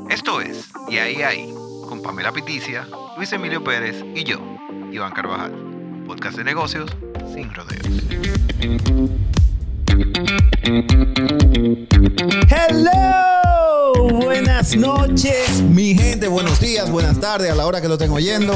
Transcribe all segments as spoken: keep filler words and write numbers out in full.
Esto es Y ahí ahí, con Pamela Piticia, Luis Emilio Pérez y yo, Iván Carvajal. Un podcast de negocios sin rodeos. Hello, buenas noches, mi gente, buenos días, buenas tardes a la hora que lo estén oyendo.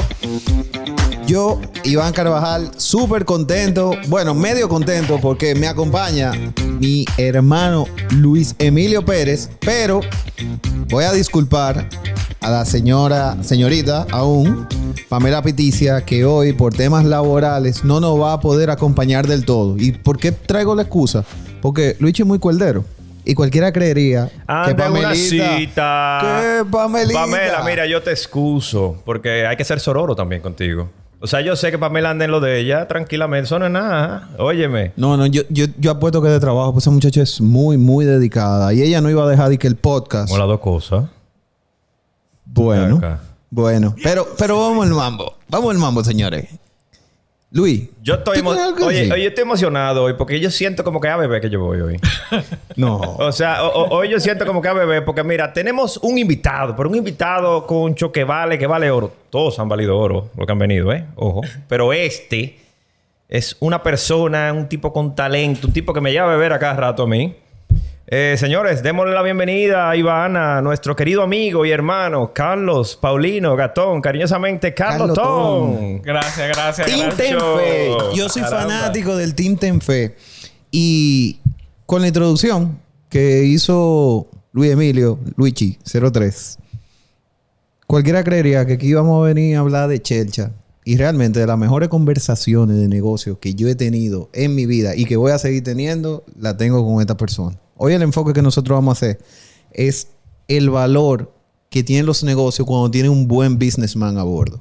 Yo, Iván Carvajal, súper contento, bueno, medio contento porque me acompaña mi hermano Luis Emilio Pérez, pero voy a disculpar a la señora, señorita aún, Pamela Piticia, que hoy por temas laborales no nos va a poder acompañar del todo. ¿Y por qué traigo la excusa? Porque Luis es muy cuerdero. Y cualquiera creería Anda que Pamelita... una cita. ¿Qué, Pamelita? Pamela, mira, yo te excuso. Porque hay que ser sororo también contigo. O sea, yo sé que Pamela anda en lo de ella tranquilamente. Eso no es nada. Óyeme. No, no. Yo, yo, yo apuesto que de trabajo, pues esa muchacha es muy, muy dedicada. Y ella no iba a dejar de que el podcast... Como las dos cosas. Bueno. Acá. Bueno. Pero, pero vamos al mambo. Vamos al mambo, señores. Luis. Yo estoy... ¿tú tienes emo- algo que Oye, decir? oye, estoy emocionado hoy porque yo siento como que a bebé que yo voy hoy. No. O sea, o- o- hoy yo siento como que a bebé porque mira, tenemos un invitado, pero un invitado concho que vale, que vale oro. Todos han valido oro, los que han venido, ¿eh? Ojo. Pero este es una persona, un tipo con talento, un tipo que me lleva a beber a cada rato a mí. Eh, señores, démosle la bienvenida a Iván, a nuestro querido amigo y hermano Carlos Paulino Gatón, cariñosamente Carlos Carlotón. Ton. Gracias, gracias, Team gracias. Tenfe. Yo soy Caramba. fanático del Team Tenfe. Y con la introducción que hizo Luis Emilio, Luigi cero tres, cualquiera creería que aquí íbamos a venir a hablar de chelcha. Y realmente de las mejores conversaciones de negocios que yo he tenido en mi vida y que voy a seguir teniendo, la tengo con esta persona. Hoy el enfoque que nosotros vamos a hacer es el valor que tienen los negocios cuando tienen un buen businessman a bordo.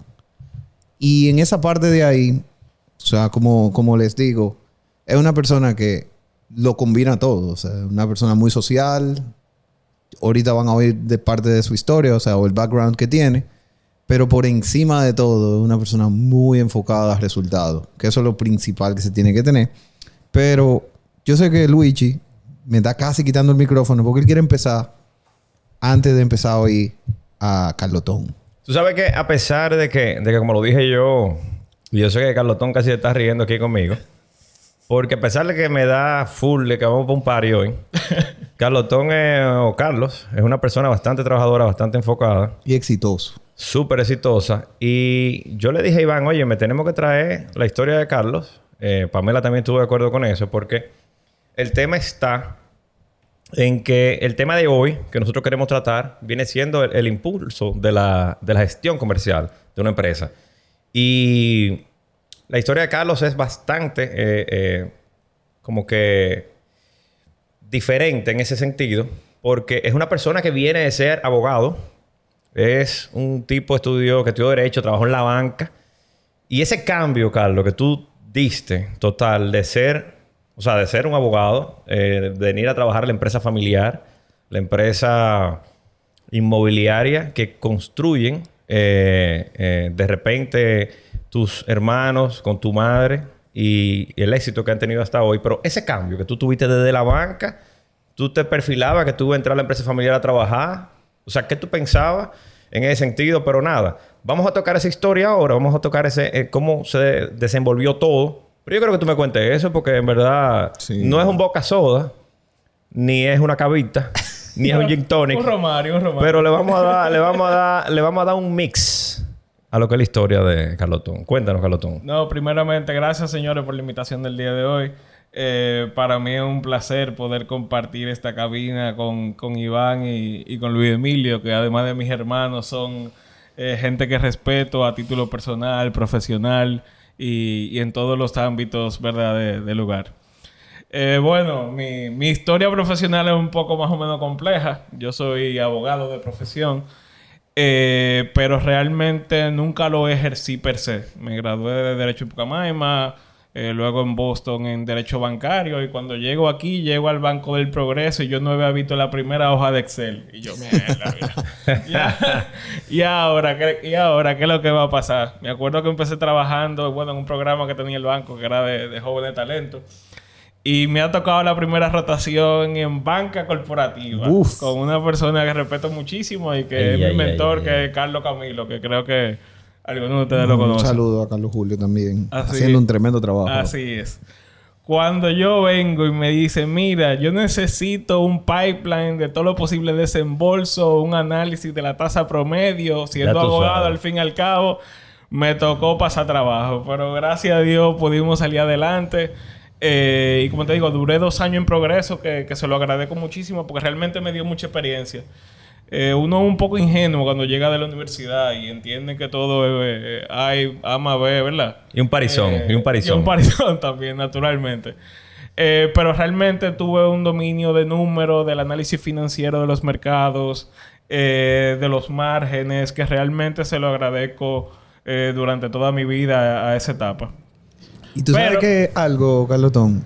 Y en esa parte de ahí, o sea, como, como les digo, es una persona que lo combina todo. O sea, una persona muy social. Ahorita van a oír de parte de su historia, o sea, o el background que tiene. Pero por encima de todo, es una persona muy enfocada a resultados. Que eso es lo principal que se tiene que tener. Pero yo sé que Luigi me está casi quitando el micrófono porque él quiere empezar antes de empezar a oír a Carlotón. Tú sabes que a pesar de que, de que como lo dije yo, y yo sé que Carlotón casi está riendo aquí conmigo, porque a pesar de que me da full de que vamos para un party hoy, Carlotón es, o Carlos es una persona bastante trabajadora, bastante enfocada, Y exitoso. súper exitosa. Y yo le dije a Iván, oye, me tenemos que traer la historia de Carlos. Eh, Pamela también estuvo de acuerdo con eso, porque el tema está en que el tema de hoy que nosotros queremos tratar viene siendo el, el impulso de la, de la gestión comercial de una empresa. Y la historia de Carlos es bastante eh, eh, como que diferente en ese sentido, porque es una persona que viene de ser abogado. Es un tipo estudió, que estudió Derecho, trabajó en la banca. Y ese cambio, Carlos, que tú diste total de ser... O sea, de ser un abogado, eh, de venir a trabajar en la empresa familiar, la empresa inmobiliaria que construyen eh, eh, de repente tus hermanos con tu madre y el éxito que han tenido hasta hoy. Pero ese cambio que tú tuviste desde la banca, tú te perfilabas que tú ibas a entrar a la empresa familiar a trabajar. O sea, ¿qué tú pensabas en ese sentido? Pero nada, vamos a tocar esa historia ahora. Vamos a tocar ese eh, cómo se desenvolvió todo. Pero yo creo que tú me cuentes eso porque en verdad Sí. no es un Boca Soda, ni es una cavita, ni es un gin tonic. Un Romario, un Romario. Pero le vamos a dar, le vamos a dar, le vamos a dar un mix a lo que es la historia de Carlotón. Cuéntanos, Carlotón. No, primeramente, gracias, señores, por la invitación del día de hoy. Eh, para mí es un placer poder compartir esta cabina con, con Iván y, y con Luis Emilio, que además de mis hermanos son eh, gente que respeto a título personal, profesional y, y en todos los ámbitos, ¿verdad?, de, de lugar. Eh, bueno, mi, mi historia profesional es un poco más o menos compleja. Yo soy abogado de profesión, eh, pero realmente nunca lo ejercí per se. Me gradué de Derecho en Pucamaima, eh, luego en Boston en Derecho Bancario, y cuando llego aquí, llego al Banco del Progreso y yo no había visto la primera hoja de Excel. Y yo, mierda, mira. Ya. ¿Y ahora, qué, ¿Y ahora qué es lo que va a pasar? Me acuerdo que empecé trabajando, bueno, en un programa que tenía el banco que era de, de jóvenes talentos. Y me ha tocado la primera rotación en banca corporativa. Uf. Con una persona que respeto muchísimo y que Ay, es mi ay, mentor, ay, que ay. es Carlos Camilo, que creo que algunos de ustedes lo Un conocen. saludo a Carlos Julio también. Así haciendo es. un tremendo trabajo. Así es. Cuando yo vengo y me dicen, mira, yo necesito un pipeline de todo lo posible desembolso, un análisis de la tasa promedio, siendo tú abogado sabes. al fin y al cabo, me tocó pasar trabajo. Pero gracias a Dios pudimos salir adelante. Eh, y como te digo, duré dos años en progreso, que, que se lo agradezco muchísimo porque realmente me dio mucha experiencia. Eh, uno es un poco ingenuo cuando llega de la universidad y entiende que todo es eh, hay, ama, ve, ¿verdad? Y un parizón, Eh, y un parizón. Y un parizón también, naturalmente. Eh, pero realmente tuve un dominio de números, del análisis financiero de los mercados, eh, de los márgenes, que realmente se lo agradezco eh, durante toda mi vida a, a esa etapa. Y tú sabes Pero- que algo, Carlotón.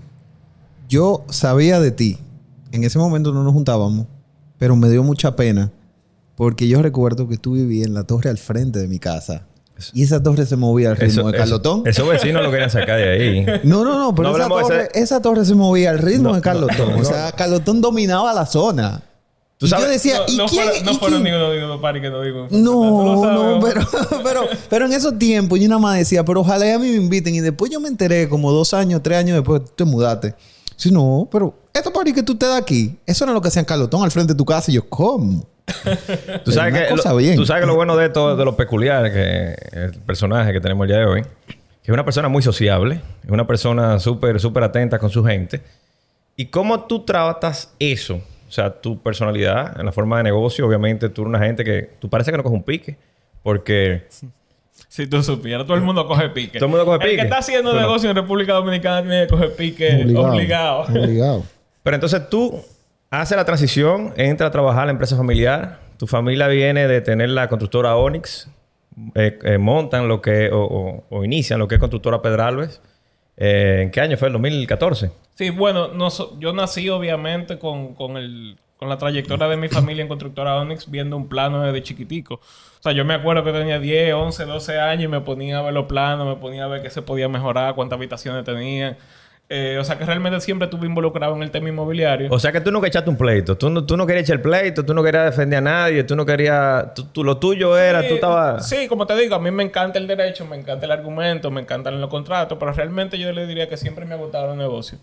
Yo sabía de ti. En ese momento no nos juntábamos, pero me dio mucha pena porque yo recuerdo que tú vivías en la torre al frente de mi casa. Y esa torre se movía al ritmo Eso- de eso- Carlotón. Esos vecinos lo querían sacar de ahí. No, no, no, pero No esa, hablamos de torre, ese- esa torre se movía al ritmo No, de Carlotón. no, o sea, Carlotón dominaba la zona. Tú Y sabes- yo decía, no, ¿y no quién? fueron, no ¿y fueron quién? ninguno de los paris que no digo. No, no, pero, pero, pero en esos tiempos yo nada más decía, pero ojalá a mí me inviten. Y después yo me enteré, como dos años, tres años después, tú te mudaste. Sí, no, pero estos paris que tú te das aquí, eso era lo que hacían Carlotón al frente de tu casa. Y yo, ¿cómo? Tú sabes, Una que cosa lo, bien. tú sabes que lo bueno de esto, de lo peculiar, que el personaje que tenemos el día de hoy, que es una persona muy sociable, es una persona súper, súper atenta con su gente. ¿Y cómo tú tratas eso? O sea, tu personalidad en la forma de negocio, obviamente tú eres una gente que... Tú parece que no coges un pique. Porque... Si tú supieras, todo el mundo coge pique. Todo el mundo coge El pique. que está haciendo Tú no. negocio en República Dominicana tiene que coger pique obligado. Obligado. Pero entonces tú haces la transición, entras a trabajar en la empresa familiar. Tu familia viene de tener la constructora Onyx. Eh, eh, montan lo que... O, o- o inician lo que es constructora Pedralbes. Eh, ¿En qué año fue? ¿El dos mil catorce? Sí, bueno, no so- yo nací obviamente con, con, el, con la trayectoria de mi familia en Constructora Onyx viendo un plano desde chiquitico. O sea, yo me acuerdo que tenía diez, once, doce años y me ponía a ver los planos, me ponía a ver qué se podía mejorar, cuántas habitaciones tenían. Eh, o sea, que realmente siempre estuve involucrado en el tema inmobiliario. O sea que tú nunca echaste un pleito. Tú no, tú no querías echar el pleito. Tú no querías defender a nadie. Tú no querías... Tú, tú- lo tuyo era... Sí, Tú estabas... Sí, como te digo, a mí me encanta el derecho, me encanta el argumento, me encantan los contratos, pero realmente yo le diría que siempre me ha gustado el negocio.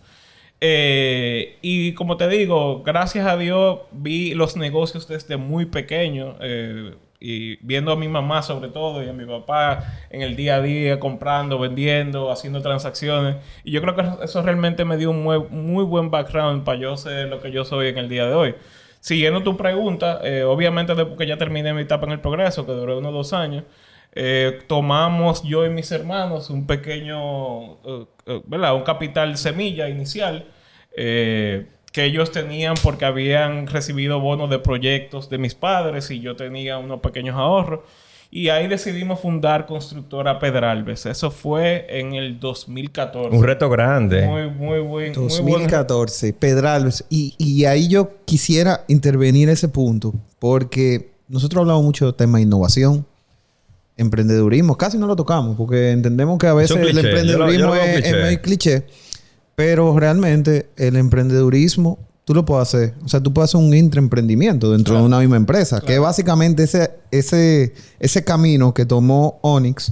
Eh, y como te digo, gracias a Dios vi los negocios desde muy pequeño. eh, y viendo a mi mamá sobre todo y a mi papá en el día a día comprando, vendiendo, haciendo transacciones. Y yo creo que eso realmente me dio un muy, muy buen background para yo ser lo que yo soy en el día de hoy. Siguiendo tu pregunta, eh, obviamente después que ya terminé mi etapa en el progreso, que duró unos dos años, eh, tomamos yo y mis hermanos un pequeño, eh, eh, ¿verdad? Un capital semilla inicial eh, que ellos tenían porque habían recibido bonos de proyectos de mis padres y yo tenía unos pequeños ahorros. Y ahí decidimos fundar Constructora Pedralbes. Eso fue en el dos mil catorce. Un reto grande. Muy, muy buen. muy dos buen- mil catorce, Pedralbes. Y, y ahí yo quisiera intervenir ese punto, porque nosotros hablamos mucho del tema de innovación, emprendedurismo. Casi no lo tocamos, porque entendemos que a veces Es un el cliché. emprendedurismo Yo lo- yo lo veo es, cliché. es muy cliché. Pero realmente el emprendedurismo, tú lo puedes hacer. O sea, tú puedes hacer un intraemprendimiento dentro Claro. de una misma empresa. Claro. Que es básicamente ese, ese, ese camino que tomó Onyx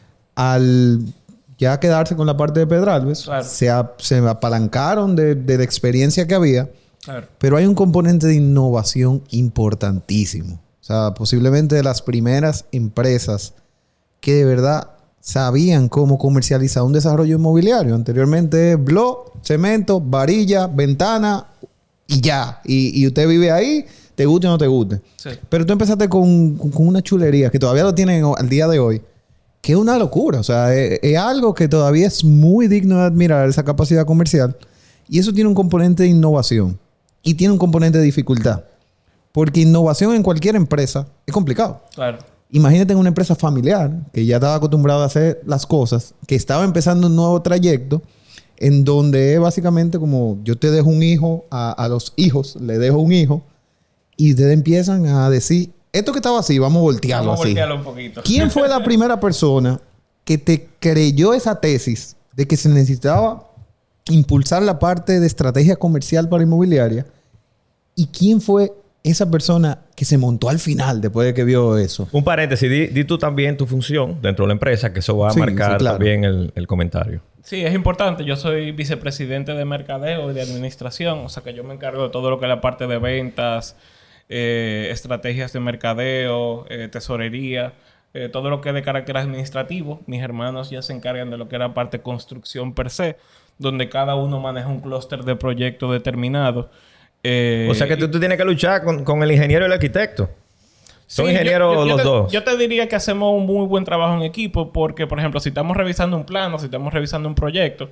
al ya quedarse con la parte de Pedralbes. Claro. Se, a- se apalancaron de, de la experiencia que había. Claro. Pero hay un componente de innovación importantísimo. O sea, posiblemente de las primeras empresas que de verdad sabían cómo comercializar un desarrollo inmobiliario. Anteriormente, blog, cemento, varilla, ventana y ya. Y, y usted vive ahí, te guste o no te guste. Sí. Pero tú empezaste con, con- con una chulería que todavía lo tienen al día de hoy, que es una locura. O sea, es, es algo que todavía es muy digno de admirar, esa capacidad comercial. Y eso tiene un componente de innovación. Y tiene un componente de dificultad. Porque innovación en cualquier empresa es complicado. Claro. Imagínate en una empresa familiar que ya estaba acostumbrado a hacer las cosas, que estaba empezando un nuevo trayecto, en donde es básicamente como yo te dejo un hijo, a, a los hijos le dejo un hijo, y ustedes empiezan a decir, esto que estaba así, vamos a voltearlo Vamos a así. voltearlo un poquito. ¿Quién fue la primera persona que te creyó esa tesis de que se necesitaba impulsar la parte de estrategia comercial para inmobiliaria. ¿Y quién fue esa persona que se montó al final después de que vio eso? Un paréntesis, di, di tú también tu función dentro de la empresa, que eso va a Sí, marcar sí, claro. también el, el comentario. Sí, es importante. Yo soy vicepresidente de mercadeo y de administración. O sea que yo me encargo de todo lo que es la parte de ventas, eh, estrategias de mercadeo, eh, tesorería, eh, todo lo que es de carácter administrativo. Mis hermanos ya se encargan de lo que era parte de construcción per se, donde cada uno maneja un clúster de proyecto determinado. Eh, O sea que tú, tú tienes que luchar con, con el ingeniero y el arquitecto. Son Sí, ingenieros yo- yo- yo los te- dos. Yo te diría que hacemos un muy buen trabajo en equipo porque, por ejemplo, si estamos revisando un plano, si estamos revisando un proyecto,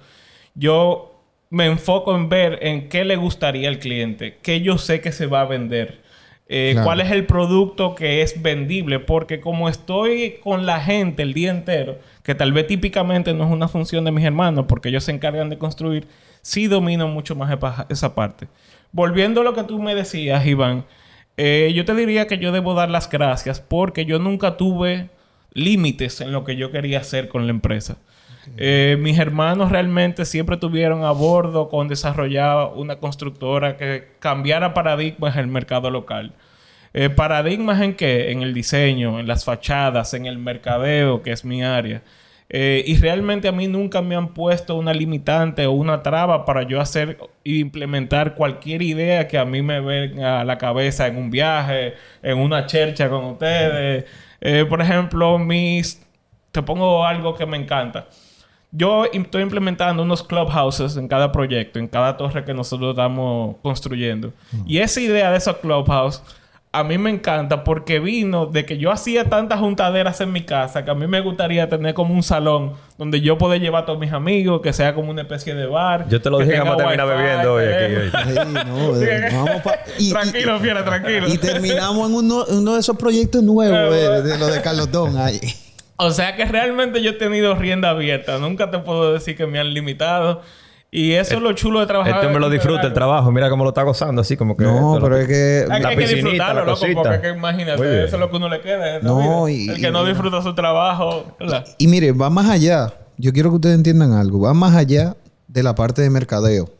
yo me enfoco en ver en qué le gustaría al cliente, qué yo sé que se va a vender, eh, Claro. cuál es el producto que es vendible, porque como estoy con la gente el día entero, que tal vez típicamente no es una función de mis hermanos porque ellos se encargan de construir, sí domino mucho más epa- esa parte. Volviendo a lo que tú me decías, Iván, eh, yo te diría que yo debo dar las gracias porque yo nunca tuve límites en lo que yo quería hacer con la empresa. Eh, mis hermanos realmente siempre tuvieron a bordo con desarrollar una constructora que cambiara paradigmas en el mercado local. Eh, ¿Paradigmas en qué? En el diseño, en las fachadas, en el mercadeo, que es mi área. Eh, y realmente a mí nunca me han puesto una limitante o una traba para yo hacer e implementar cualquier idea que a mí me venga a la cabeza en un viaje, en una chercha con ustedes. Eh, por ejemplo, mis... Te pongo algo que me encanta. Yo im- estoy implementando unos clubhouses en cada proyecto, en cada torre que nosotros estamos construyendo. Y esa idea de esos clubhouses a mí me encanta porque vino de que yo hacía tantas juntaderas en mi casa que a mí me gustaría tener como un salón donde yo pueda llevar a todos mis amigos, que sea como una especie de bar. Yo te lo que dije que tenga vamos a terminar wifi, bebiendo hoy aquí. teléfono. hoy. Sí, no, eh, vamos pa- y- y- Tranquilo, fiera, tranquilo. Y terminamos en uno, uno de esos proyectos nuevos, eh, de lo de Carlotón. Ahí. O sea que realmente yo he tenido rienda abierta. Nunca te puedo decir que me han limitado. Y eso es lo chulo de trabajar. Este hombre lo con disfruta el Pedro. trabajo. Mira cómo lo está gozando así como que... No, esto pero lo- es que... Hay, que- La hay que piscinita, disfrutarlo, la loco, cosita. porque es que Muy imagínate, bien. eso es lo que uno le queda en esta No, vida. y- El que no y- disfruta su trabajo, ¿verdad? Y mire, va más allá. Yo quiero que ustedes entiendan algo. Va más allá de la parte de mercadeo.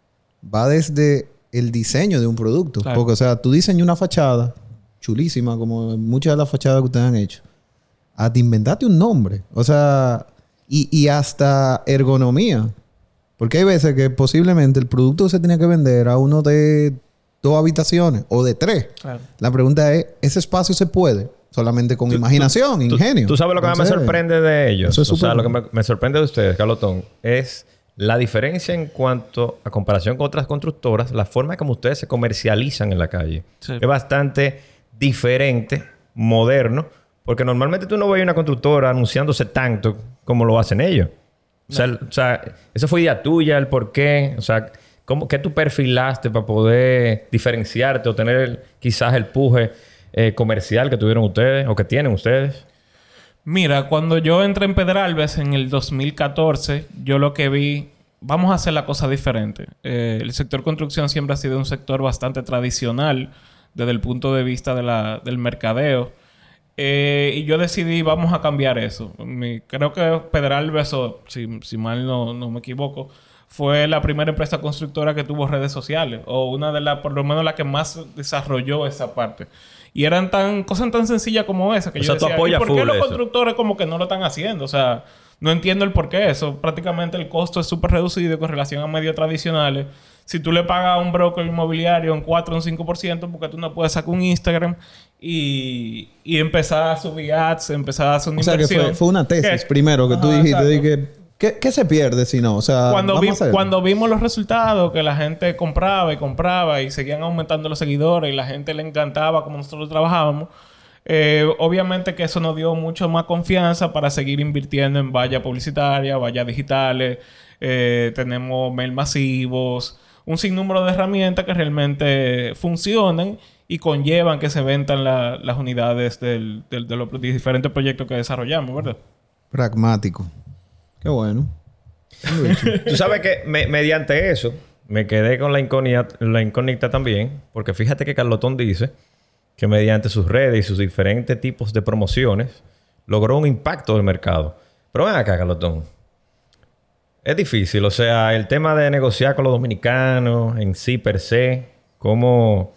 Va desde el diseño de un producto. Claro. Porque, o sea, tú diseñas una fachada chulísima, como muchas de las fachadas que ustedes han hecho. Hasta inventarte un nombre. O sea, y, y hasta ergonomía. Porque hay veces que posiblemente el producto se tenía que vender a uno de dos habitaciones o de tres. Claro. La pregunta es, ¿ese espacio se puede? Solamente con imaginación, Tú- ingenio. Tú sabes lo que más me Entonces, sorprende de ellos. eso es o sea, súper- lo que me, me sorprende de ustedes, Carlotón, es la diferencia en cuanto a comparación con otras constructoras, la forma como ustedes se comercializan en la calle. Sí. Es bastante diferente, moderno, porque normalmente tú no ves una constructora anunciándose tanto como lo hacen ellos. O sea, el- o sea, eso fue idea tuya, el por qué. O sea, ¿cómo, ¿qué tú perfilaste para poder diferenciarte o tener el- quizás el puje eh, comercial que tuvieron ustedes o que tienen ustedes? Mira, cuando yo entré en Pedralbes en el dos mil catorce, yo lo que vi, vamos a hacer la cosa diferente. Eh, el sector construcción siempre ha sido un sector bastante tradicional desde el punto de vista de la, del mercadeo. Eh, y yo decidí, vamos a cambiar eso. Mi- creo que Pedralbes, o si, si mal no, no me equivoco, fue la primera empresa constructora que tuvo redes sociales. O una de las, por lo menos la que más desarrolló esa parte. Y eran tan cosas tan sencillas como esa que O yo sea, tú decía, ¿y apoyas por qué full los eso? constructores como que no lo están haciendo? O sea, no entiendo el por qué eso. Prácticamente el costo es súper reducido con relación a medios tradicionales. Si tú le pagas a un broker inmobiliario un cuatro o un cinco por ciento, porque tú no puedes sacar un Instagram y, y empezar a subir ads, empezar a hacer una O sea, que inversión. fue, fue una tesis ¿Qué? primero que tú Ajá, dijiste. exacto. De que, ¿qué, ¿Qué se pierde si no? O sea, Cuando, vamos vi- a hacerlo. cuando vimos los resultados, que la gente compraba y compraba y seguían aumentando los seguidores y la gente le encantaba como nosotros trabajábamos, eh, obviamente que eso nos dio mucho más confianza para seguir invirtiendo en vallas publicitarias, vallas digitales, eh, tenemos mail masivos, un sinnúmero de herramientas que realmente funcionan y conllevan que se vendan la- las unidades del- del- de los diferentes proyectos que desarrollamos, ¿verdad? Pragmático. Qué bueno. Tú sabes que me- mediante eso me quedé con la incógnita, la incógnita también, porque fíjate que Carlotón dice que mediante sus redes y sus diferentes tipos de promociones logró un impacto del mercado. Pero ven acá, Carlotón. Es difícil. O sea, el tema de negociar con los dominicanos en sí per se, cómo...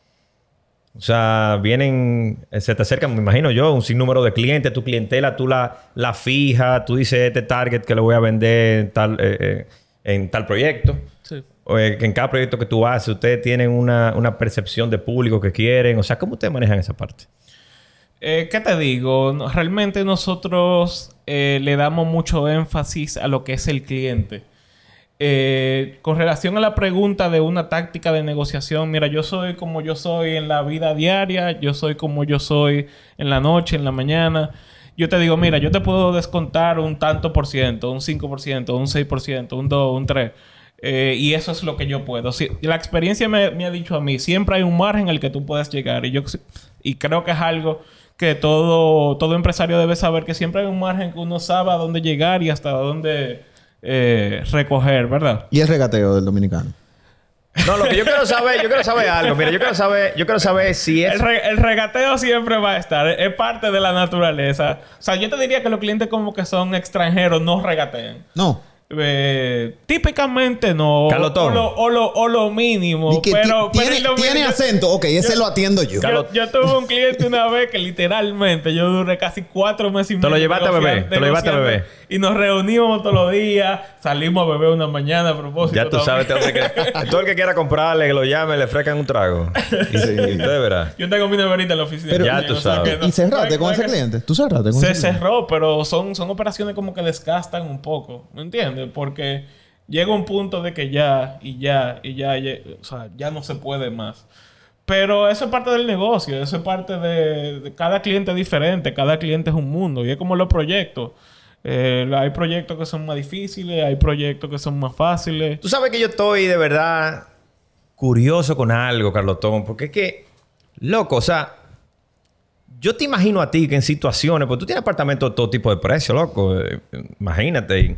O sea, vienen... Se te acercan, me imagino yo, un sinnúmero de clientes. Tu clientela, tú la, la fijas. Tú dices, este target que le voy a vender en tal, eh, eh, en tal proyecto. Sí. O eh, que en cada proyecto que tú haces, ustedes tienen una, una percepción de público que quieren. O sea, ¿cómo ustedes manejan esa parte? Eh, ¿Qué te digo? No, realmente nosotros eh, le damos mucho énfasis a lo que es el cliente. Eh, con relación a la pregunta de una táctica de negociación, mira, yo soy como yo soy en la vida diaria, yo soy como yo soy en la noche, en la mañana. Yo te digo, mira, yo te puedo descontar un tanto por ciento, un cinco por ciento, un seis por ciento, un dos, un tres por ciento. Eh, y eso es lo que yo puedo. Si, la experiencia me, me ha dicho a mí, siempre hay un margen al que tú puedes llegar. Y yo y creo que es algo que todo, todo empresario debe saber, que siempre hay un margen que uno sabe a dónde llegar y hasta dónde eh, recoger, ¿verdad? Y el regateo del dominicano. No, lo que yo quiero saber, yo quiero saber algo. Mira, yo quiero saber, yo quiero saber si es... El, re, el regateo siempre va a estar. Es parte de la naturaleza. O sea, yo te diría que los clientes como que son extranjeros no regatean. No. Eh, típicamente no. Calotón. O lo, o lo, o lo mínimo. Que Pero, tiene, pero lo tiene mínimo. acento. Ok, ese yo, lo atiendo yo. Yo, yo tuve un cliente una vez que literalmente yo duré casi cuatro meses y medio. Te lo llevaste a beber. Te lo llevaste a beber. Y nos reuníamos todos los días. Salimos a beber una mañana a propósito. Ya tú sabes, este hombre que... todo el que quiera comprarle, que lo llame, le ofrezcan un trago. Y sí, usted verá. Yo tengo mi neverita en la oficina. Pero, ya tú sabes. ¿Y cerraste con ese cliente? ¿Tú cerraste con Se ese cliente? cerró, pero son, son operaciones como que desgastan un poco. ¿Me entiendes? Porque llega un punto de que ya, y ya, y ya, ya, o sea, ya no se puede más. Pero eso es parte del negocio, eso es parte de, de cada cliente es diferente, cada cliente es un mundo. Y es como los proyectos. Eh, hay proyectos que son más difíciles, hay proyectos que son más fáciles. Tú sabes que yo estoy de verdad curioso con algo, Carlotón, porque es que, loco, o sea, yo te imagino a ti que en situaciones, pues tú tienes apartamentos de todo tipo de precios, loco, eh, imagínate.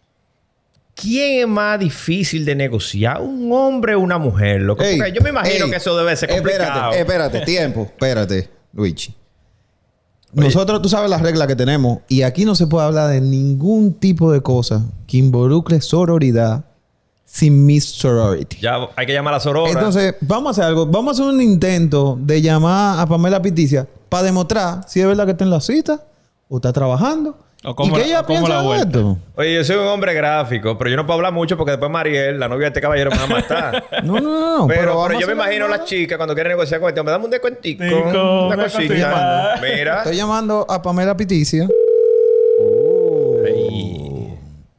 ¿Quién es más difícil de negociar? ¿Un hombre o una mujer, loco? Ey, Porque yo me imagino ey, que eso debe ser complicado. Espérate, espérate, tiempo, espérate, Luigi. Nosotros, tú sabes las reglas que tenemos, y aquí no se puede hablar de ningún tipo de cosa que involucre sororidad sin Miss Sorority. Ya hay que llamar a Sorora. Entonces, vamos a hacer algo. Vamos a hacer un intento de llamar a Pamela Piticia para demostrar si es verdad que está en la cita o está trabajando. O cómo ¿Y qué la- ella o cómo piensa la de vuelta. esto? Oye, yo soy un hombre gráfico, pero yo no puedo hablar mucho porque después Mariel, la novia de este caballero, me va a matar. No, no, no. no, pero, vamos pero a yo me hacer una imagino a llamada. las chicas cuando quieren negociar con este hombre, dame un descuentico, Tico, una, una cosita. cosita. Mira. Estoy llamando a Pamela Piticia. Ay.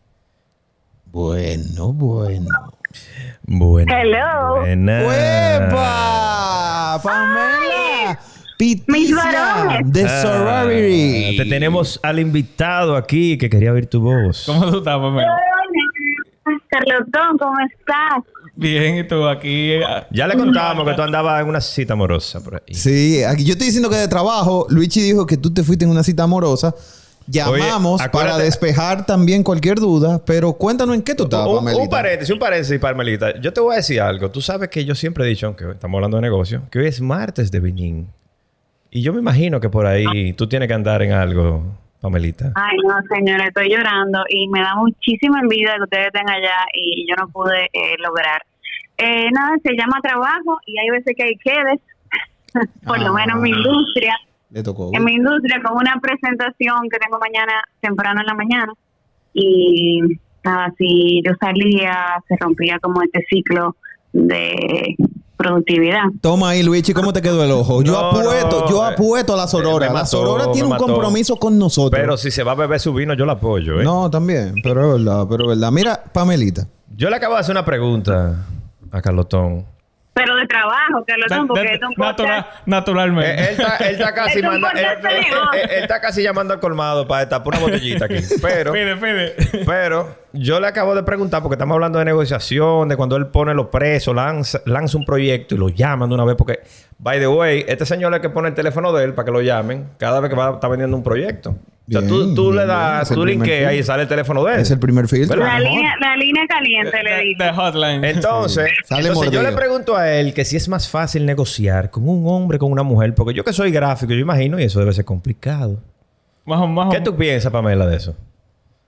Bueno, bueno. Buena. Hello. Buena. ¡Huepa! ¡Pamela! Mis Piticia varones. de Ah, Sorority. te tenemos al invitado aquí que quería oír tu voz. ¿Cómo tú estás, Pamela? Carlotón, ¿cómo estás? Bien, y tú aquí. ah, Ya le contábamos que tú andabas en una cita amorosa por ahí. Sí, aquí yo estoy diciendo que de trabajo, Luigi dijo que tú te fuiste en una cita amorosa. Llamamos Oye, para acuérdate- despejar también cualquier duda, pero cuéntanos en qué tú estabas, Un, un Pamelita. paréntesis, un paréntesis, Parmelita. Yo te voy a decir algo. Tú sabes que yo siempre he dicho, aunque estamos hablando de negocio, que hoy es martes de Vinín. Y yo me imagino que por ahí tú tienes que andar en algo, Pamelita. Ay, no, señora, estoy llorando y me da muchísima envidia que ustedes estén allá y yo no pude eh, lograr. Eh, nada, se llama trabajo y hay veces que hay quedes, por lo Ah. menos en mi industria. Le tocó. En mi industria, con una presentación que tengo mañana, temprano en la mañana. Y nada, si yo salía, se rompía como este ciclo de productividad. Toma ahí, Luigi, ¿cómo te quedó el ojo? Yo No, apuesto, no, yo eh, apuesto a la Sorora. me la mató, Sorora tiene me un mató. compromiso con nosotros. Pero si se va a beber su vino, yo la apoyo, ¿eh? No, también, pero es verdad, pero es verdad. Mira, Pamelita. Yo le acabo de hacer una pregunta a Carlotón. Pero de trabajo, Carlotón, porque de- es un natural- podcast. naturalmente. Eh, él, está, él está casi Es un manda- él, podcast de él- negocio. él- él está casi llamando al colmado para destapar una botellita aquí. Pero, Pide, pide. pero yo le acabo de preguntar porque estamos hablando de negociación, de cuando él pone los precios, lanza, lanza un proyecto y lo llaman de una vez porque, by the way, este señor es el que pone el teléfono de él para que lo llamen cada vez que va a estar vendiendo un proyecto. O sea, Bien, tú, tú bien, le bien. das, Es el tú primer linkeas filtro. y sale el teléfono de él. Es el primer filtro. ¿Verdad? La Ajá. línea, la línea caliente, le De, dije. de hotline. Entonces, Sale entonces yo mordido. le pregunto a él que si es más fácil negociar con un hombre con una mujer, porque yo que soy gráfico, yo imagino y eso debe ser complicado. Más o más. ¿Qué tú piensas, Pamela, de eso?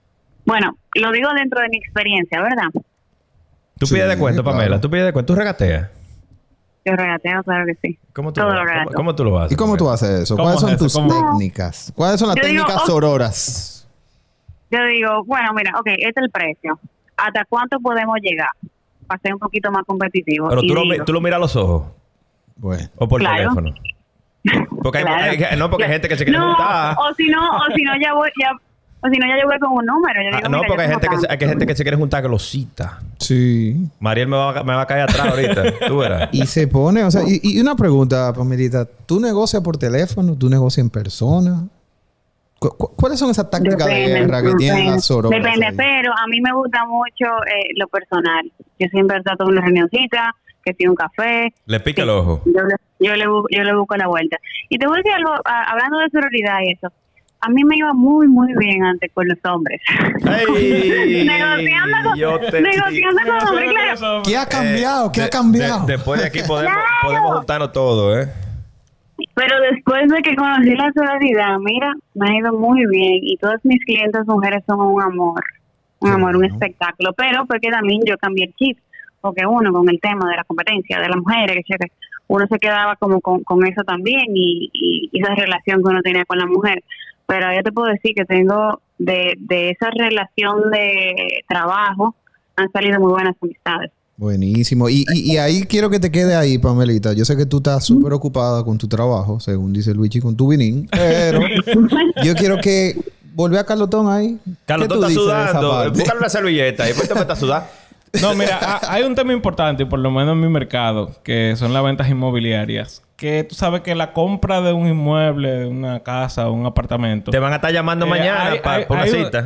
Bueno, lo digo dentro de mi experiencia, ¿verdad? Tú Sí, pides de cuento, claro. Pamela. Tú pides de cuento. Tú regateas. Yo regateo, claro que sí. ¿Cómo tú, Todo lo, lo ¿cómo, regateo. cómo tú lo haces? ¿Y cómo tú Pamela? haces eso? ¿Cómo ¿Cuáles son es eso? tus ¿Cómo? técnicas? ¿Cuáles son las Yo digo, técnicas oh. sororas? Yo digo, bueno, mira, ok, este es el precio. ¿Hasta cuánto podemos llegar? Para ser un poquito más competitivo. Pero Y tú lo, mi- digo, tú lo miras a los ojos. Bueno. O por Claro. teléfono. Porque hay, claro. hay- no, porque hay gente que se quiere no, juntar. o si no, o si no ya voy, ya, o si no ya yo voy con un número. Yo Ah, digo, no, mira, porque hay yo gente, que tengo se, hay tanto. gente que se quiere juntar que lo cita. Sí. Mariel me va, a- me va a caer atrás ahorita. Tú verás. Y se pone, o sea, y, y una pregunta, Pamelita. ¿Tú negocias por teléfono? ¿Tú negocias en persona? ¿Cu- cu- ¿Cuáles son esas tácticas de Depende, guerra que tienen depende. las sororas? Depende, ahí? pero a mí me gusta mucho eh, lo personal. Yo siempre trato de una reunioncita, que si un café. Le pica Sí. el ojo. Yo le, yo, le, bu- yo le busco la vuelta. Y te voy a decir algo, a- hablando de sororidad y eso. A mí me iba muy, muy bien antes con los hombres. ¡Ey! negociando con, Yo te- negociando con hombres, claro. ¿Qué ha cambiado? ¿Qué Eh, ha cambiado? de- después de aquí podemos, podemos juntarnos todo, ¿eh? Pero después de que conocí la sororidad, mira, me ha ido muy bien. Y todas mis clientes mujeres son un amor. Un Qué amor, un bueno. espectáculo. Pero porque también yo cambié el chip. Porque uno, con el tema de la competencia de las mujeres, que que uno se quedaba como con, con eso también y, y, y esa relación que uno tenía con la mujer. Pero yo te puedo decir que tengo de, de esa relación de trabajo, han salido muy buenas amistades. Buenísimo. Y, y, y ahí quiero que te quede ahí, Pamelita. Yo sé que tú estás súper ocupada con tu trabajo, según dice Luigi, con tu vinín. Pero yo quiero que... Volvé a Carlotón ahí. Carlos, ¿Qué tú estás dices de esa sudando. parte? Búscale una servilleta y después te metes a sudar. No, mira, ha- hay un tema importante, por lo menos en mi mercado, que son las ventas inmobiliarias. Que tú sabes que la compra de un inmueble, de una casa o un apartamento... Te van a estar llamando Eh, mañana hay- para hay- una hay un- cita.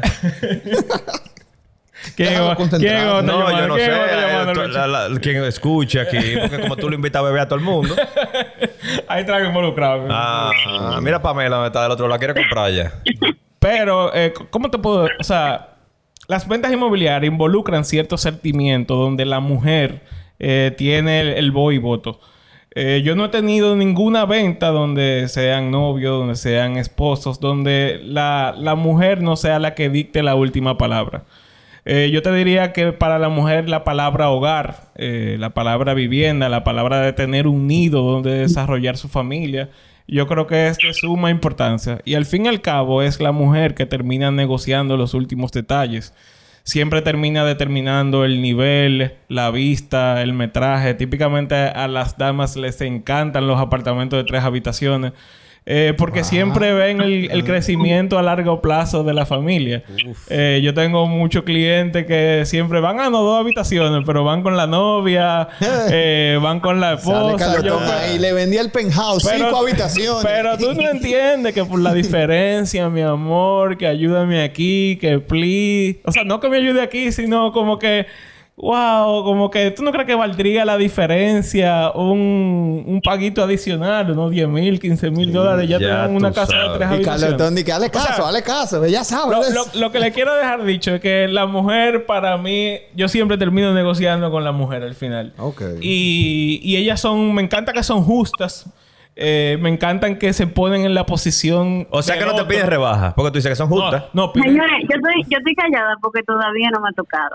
¿Quién Déjalo va- concentrado. quién va a estar No, yo llamando? no ¿Quién sé. va a estar eh, llamando, tú- Luchi? la- la- quien escuche aquí. Porque como tú lo invitas a beber a todo el mundo. Hay trago involucrado. Ah, mira Pamela donde está del otro lado. La quiere comprar ya. Pero, eh, ¿cómo te puedo...? O sea, las ventas inmobiliarias involucran ciertos sentimientos donde la mujer eh, tiene el, el voz y voto. Eh, yo no he tenido ninguna venta donde sean novios, donde sean esposos, donde la, la mujer no sea la que dicte la última palabra. Eh, yo te diría que para la mujer la palabra hogar, eh, la palabra vivienda, la palabra de tener un nido donde desarrollar su familia, yo creo que es de suma importancia. Y al fin y al cabo es la mujer que termina negociando los últimos detalles. Siempre termina determinando el nivel, la vista, el metraje. Típicamente a las damas les encantan los apartamentos de tres habitaciones. Eh, porque siempre ven el, el crecimiento a largo plazo de la familia. Eh, yo tengo muchos clientes que siempre van a no dos habitaciones, pero van con la novia, eh, van con la Sale esposa. Yo, Carlotón ahí. Le vendí el penthouse. Cinco habitaciones. pero tú no entiendes que por la diferencia, mi amor, que ayúdame aquí, que please. O sea, no que me ayude aquí, sino como que... Wow, como que tú no crees que valdría la diferencia un, un paguito adicional, unos diez mil, quince mil dólares, ya, ya te dan una tú casa de sabes. tres Y habitaciones. Carlotón dice, hazle caso, O sea, hazle caso. Ya sabes. Lo, de lo- eso. lo que le quiero dejar dicho es que la mujer, para mí, yo siempre termino negociando con la mujer al final. Ok. Y, y ellas son, me encanta que son justas. Eh, me encantan que se ponen en la posición. O sea del que no te otro. pides rebaja. Porque tú dices que son justas. No, no, piden- Señores, yo estoy, yo estoy callada porque todavía no me ha tocado.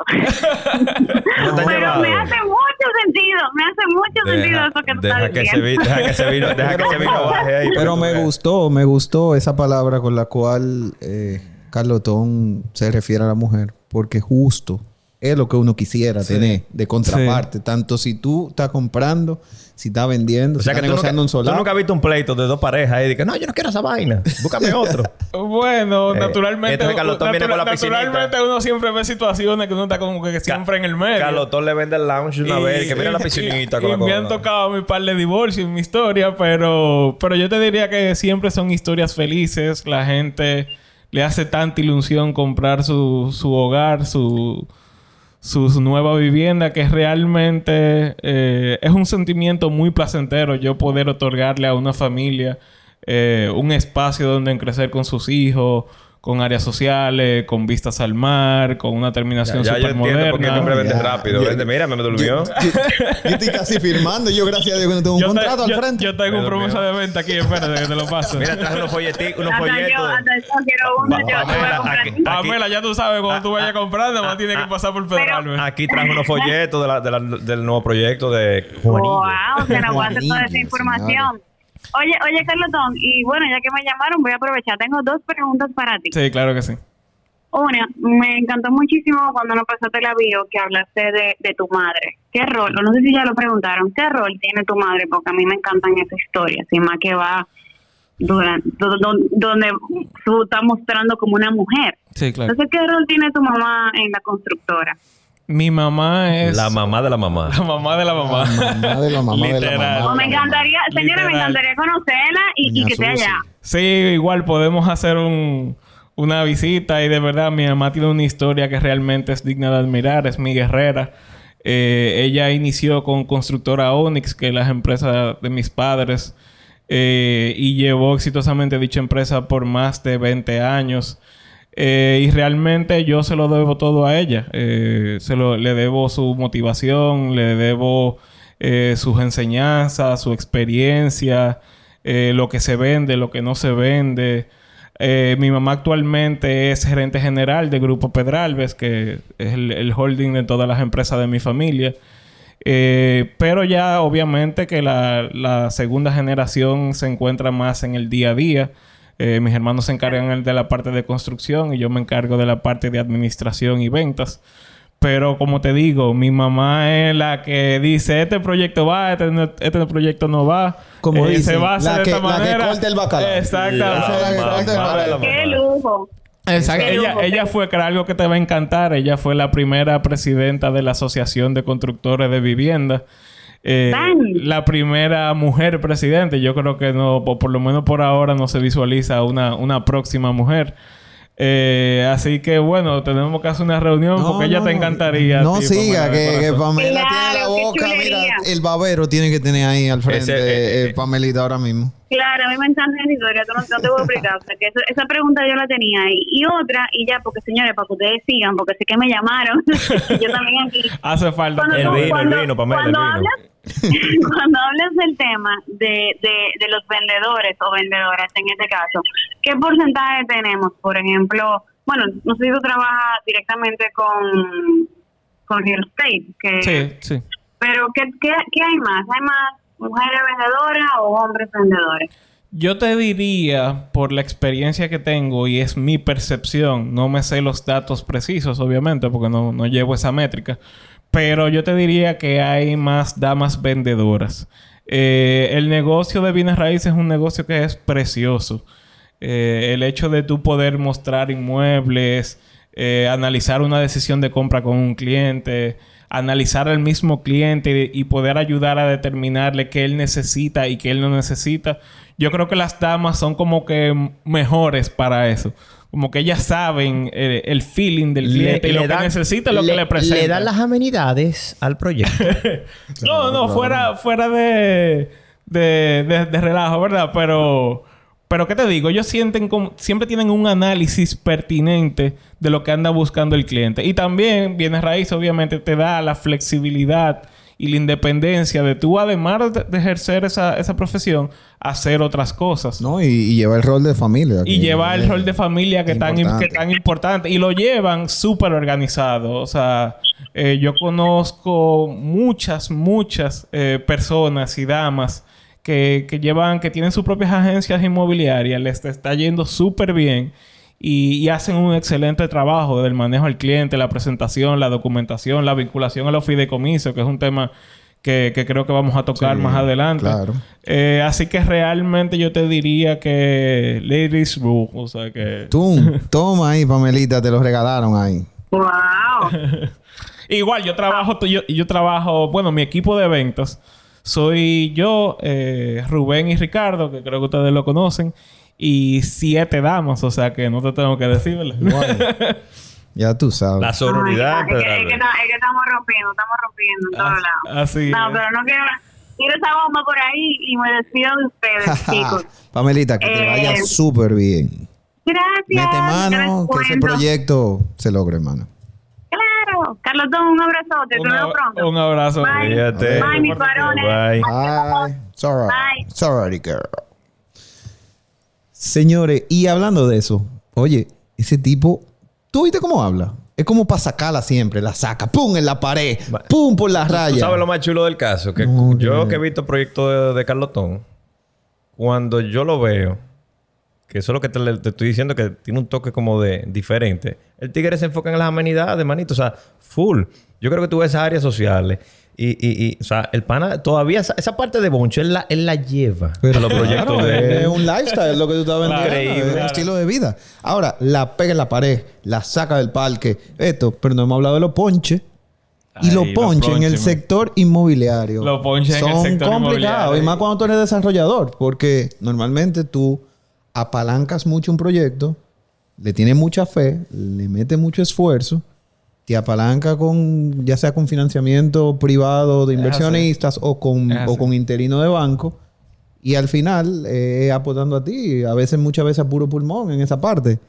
No te han Pero llevado. me hace mucho sentido, me hace mucho sentido Deja, eso que tú deja estás que se diciendo. vi- deja que se vino, deja que se vino baje ahí. Pero me gustó, me gustó esa palabra con la cual eh, Carlotón se refiere a la mujer. Porque justo es lo que uno quisiera tener de contraparte. Tanto si tú estás comprando, si estás vendiendo, O sea si que estás tú nunca, negociando un tú solar. nunca has visto un pleito de dos parejas y dices, no, yo no quiero esa vaina. Búscame otro. Bueno, Eh, naturalmente, entonces Carlotón viene con la piscinita. naturalmente uno siempre ve situaciones que uno está como que siempre en el medio. Carlotón le vende el lounge una Y- vez. Que mira la y- piscinita y- con y la me han cosa. tocado mi par de divorcios en mi historia, pero, pero yo te diría que siempre son historias felices. La gente le hace tanta ilusión comprar su, su hogar, su, su, su nueva vivienda, que realmente eh, es un sentimiento muy placentero yo poder otorgarle a una familia eh, un espacio donde crecer con sus hijos, con áreas sociales, con vistas al mar, con una terminación Ya, ya yo súper entiendo por qué el moderna. hombre vende Ya, rápido. ya. Vende, mira, me durmió. Yo, yo estoy casi firmando. Yo, gracias a Dios, que no tengo un Yo, te- contrato al yo- frente. yo tengo un Dios promesa mío. de venta aquí, espérate que te lo paso. Mira, traje unos folletos, unos Hasta yo, folletos. hasta yo quiero uno, yo Pamela, te voy a comprar. aquí- Pamela, ya tú sabes, cuando tú vayas comprando, vas a tener que pasar por Pedralbes. Aquí traje unos folletos de la, de la- del nuevo proyecto de Juanillo. Wow, se la voy a hacer toda esa Juanillo, información. Oye, oye, Carlotón, y bueno, ya que me llamaron, voy a aprovechar. Tengo dos preguntas para ti. Sí, claro que sí. Una, me encantó muchísimo cuando nos pasaste la bio que hablaste de, de tu madre. ¿Qué rol? O no sé si ya lo preguntaron. ¿Qué rol tiene tu madre? Porque a mí me encantan esas historias. Y más que va durante, do- do- donde tú estás mostrando como una mujer. Sí, claro. Entonces, ¿qué rol tiene tu mamá en la constructora? Mi mamá es... La mamá de la mamá. La mamá de la mamá. Mamá de la mamá de la Literal. mamá. O me encantaría, señora, me Literal. encantaría conocerla y, y Doña que esté Susi. allá. Sí, igual podemos hacer un, una visita y de verdad mi mamá tiene una historia que realmente es digna de admirar. Es mi guerrera. Eh, ella inició con Constructora Onyx, que es la empresa de mis padres, eh, y llevó exitosamente dicha empresa por más de veinte años. Eh, y realmente yo se lo debo todo a ella. Eh, se lo, le debo su motivación, le debo eh, sus enseñanzas, su experiencia, eh, lo que se vende, lo que no se vende. Eh, mi mamá actualmente es gerente general de Grupo Pedralbes, que es el, el holding de todas las empresas de mi familia. Eh, pero ya obviamente que la, la segunda generación se encuentra más en el día a día. Eh, mis hermanos se encargan de la parte de construcción y yo me encargo de la parte de administración y ventas. Pero como te digo, mi mamá es la que dice este proyecto va, este, no- este proyecto no va. Como Eh, dicen, se va a hacer la de que- esta la que manera. corta el bacalao. Exactamente. Esa es la que corta el mamá de la bacalao. ¡Qué mamá. lujo! Exacto. Qué Ella, lujo, ella qué- fue, que era algo que te va a encantar. Ella fue la primera presidenta de la Asociación de Constructores de Vivienda. Eh, Ven. la primera mujer presidente. Yo creo que no, o por lo menos por ahora no se visualiza una, una próxima mujer. Eh, así que bueno, tenemos que hacer una reunión No, porque ella no, te no. encantaría. a No ti, siga, Pamela, de que, que corazón. Pamela Claro, tiene la qué boca. Mira, chulería. el babero tiene que tener ahí al frente, Ese, eh, eh, eh, Pamelita, ahora mismo. Claro, a mí me encanta esa historia, tú no, no te voy a explicar. O sea, que eso- esa pregunta yo la tenía ahí. Y otra, y ya, porque señores, para que ustedes sigan, porque sé que me llamaron. Y yo también aquí. Hace falta. Cuando El tú- vino, el cuando- vino, Pamela, cuando el vino. hablas- Cuando hablas del tema de, de, de los vendedores o vendedoras, en este caso, ¿qué porcentaje tenemos? Por ejemplo, bueno, no sé si tú trabajas directamente con, con real estate, que, Sí, sí. pero ¿qué, qué, ¿qué hay más? ¿Hay más mujeres vendedoras o hombres vendedores? Yo te diría, por la experiencia que tengo y es mi percepción, no me sé los datos precisos, obviamente, porque no, no llevo esa métrica, pero yo te diría que hay más damas vendedoras. Eh, el negocio de bienes raíces es un negocio que es precioso. Eh, el hecho de tú poder mostrar inmuebles, eh, analizar una decisión de compra con un cliente, analizar al mismo cliente y, y poder ayudar a determinarle qué él necesita y qué él no necesita. Yo creo que las damas son como que m- mejores para eso. Como que ellas saben eh, el feeling del cliente y lo que necesita y lo que le presenta. Le dan las amenidades al proyecto. No, no, fuera, fuera de, de, de, de relajo, ¿verdad? Pero, pero ¿qué te digo? Ellos sienten como, siempre tienen un análisis pertinente de lo que anda buscando el cliente. Y también Bienes Raíces, obviamente, te da la flexibilidad y la independencia de tú, además de, de ejercer esa, esa profesión, hacer otras cosas. No, y, y lleva el rol de familia. Y que lleva el es rol de familia que tan, im- que tan importante. Y lo llevan súper organizado. O sea, eh, yo conozco muchas, muchas eh, personas y damas que, que llevan, que tienen sus propias agencias inmobiliarias. Les está yendo súper bien. Y, y hacen un excelente trabajo del manejo al cliente, la presentación, la documentación, la vinculación a los fideicomisos, que es un tema que, que creo que vamos a tocar Sí, más adelante. claro. Eh, así que realmente yo te diría que ladies rule, o sea que Tú, toma ahí, Pamelita, te lo regalaron ahí. ¡Wow! igual yo trabajo yo, yo trabajo, bueno, mi equipo de ventas soy yo, eh, Rubén y Ricardo, que creo que ustedes lo conocen, y siete damas, o sea que no te tengo que decir, ¿verdad? Guay. Ya tú sabes. La sororidad Ay, es, que, es, que, Pedralbes. está- es que estamos rompiendo, estamos rompiendo en todos Así- lados. así No, es. pero no quiero... Tiro esa bomba por ahí y me despido de ustedes, chicos. Pamelita, que te Eh, vaya súper bien. Gracias. Mete mano, que ese cuento. proyecto se logre, hermano. Claro. Carlotón, un abrazote. Te Un, veo ab- pronto. un abrazo. Bye. Fíjate. Bye, mis varones. Bye. Bye. Sorry. Bye. Sorry, girl. Señores, y hablando de eso, oye, ese tipo, ¿tú viste cómo habla? Es como para sacarla siempre, la saca, pum, en la pared, pum, por la raya. ¿Tú sabes lo más chulo del caso? Que No, yo que- que he visto proyectos de, de Carlotón, cuando yo lo veo, que eso es lo que te, te estoy diciendo, que tiene un toque como de diferente. El tigre se enfoca en las amenidades, manito. O sea, full. Yo creo que tú ves esas áreas sociales. Y, y, y o sea, el pana todavía... Esa, esa parte de boncho, él la, él la lleva Pero a los proyectos claro, de es él. un lifestyle lo que tú estás vendiendo. Increíble. Es un Claro. estilo de vida. Ahora, la pega en la pared, la saca del parque, esto, pero no hemos hablado de los ponches. Y Ay, los los ponches en el ponches, man. sector inmobiliario. Los ponches en son el sector complicados. inmobiliario. Y más cuando tú eres desarrollador. Porque normalmente tú apalancas mucho un proyecto, le tienes mucha fe, le metes mucho esfuerzo, te apalanca con, ya sea con financiamiento privado de Es inversionistas o con, Es así. o con interino de banco. Y al final, eh, aportando a ti, a veces, muchas veces a puro pulmón en esa parte.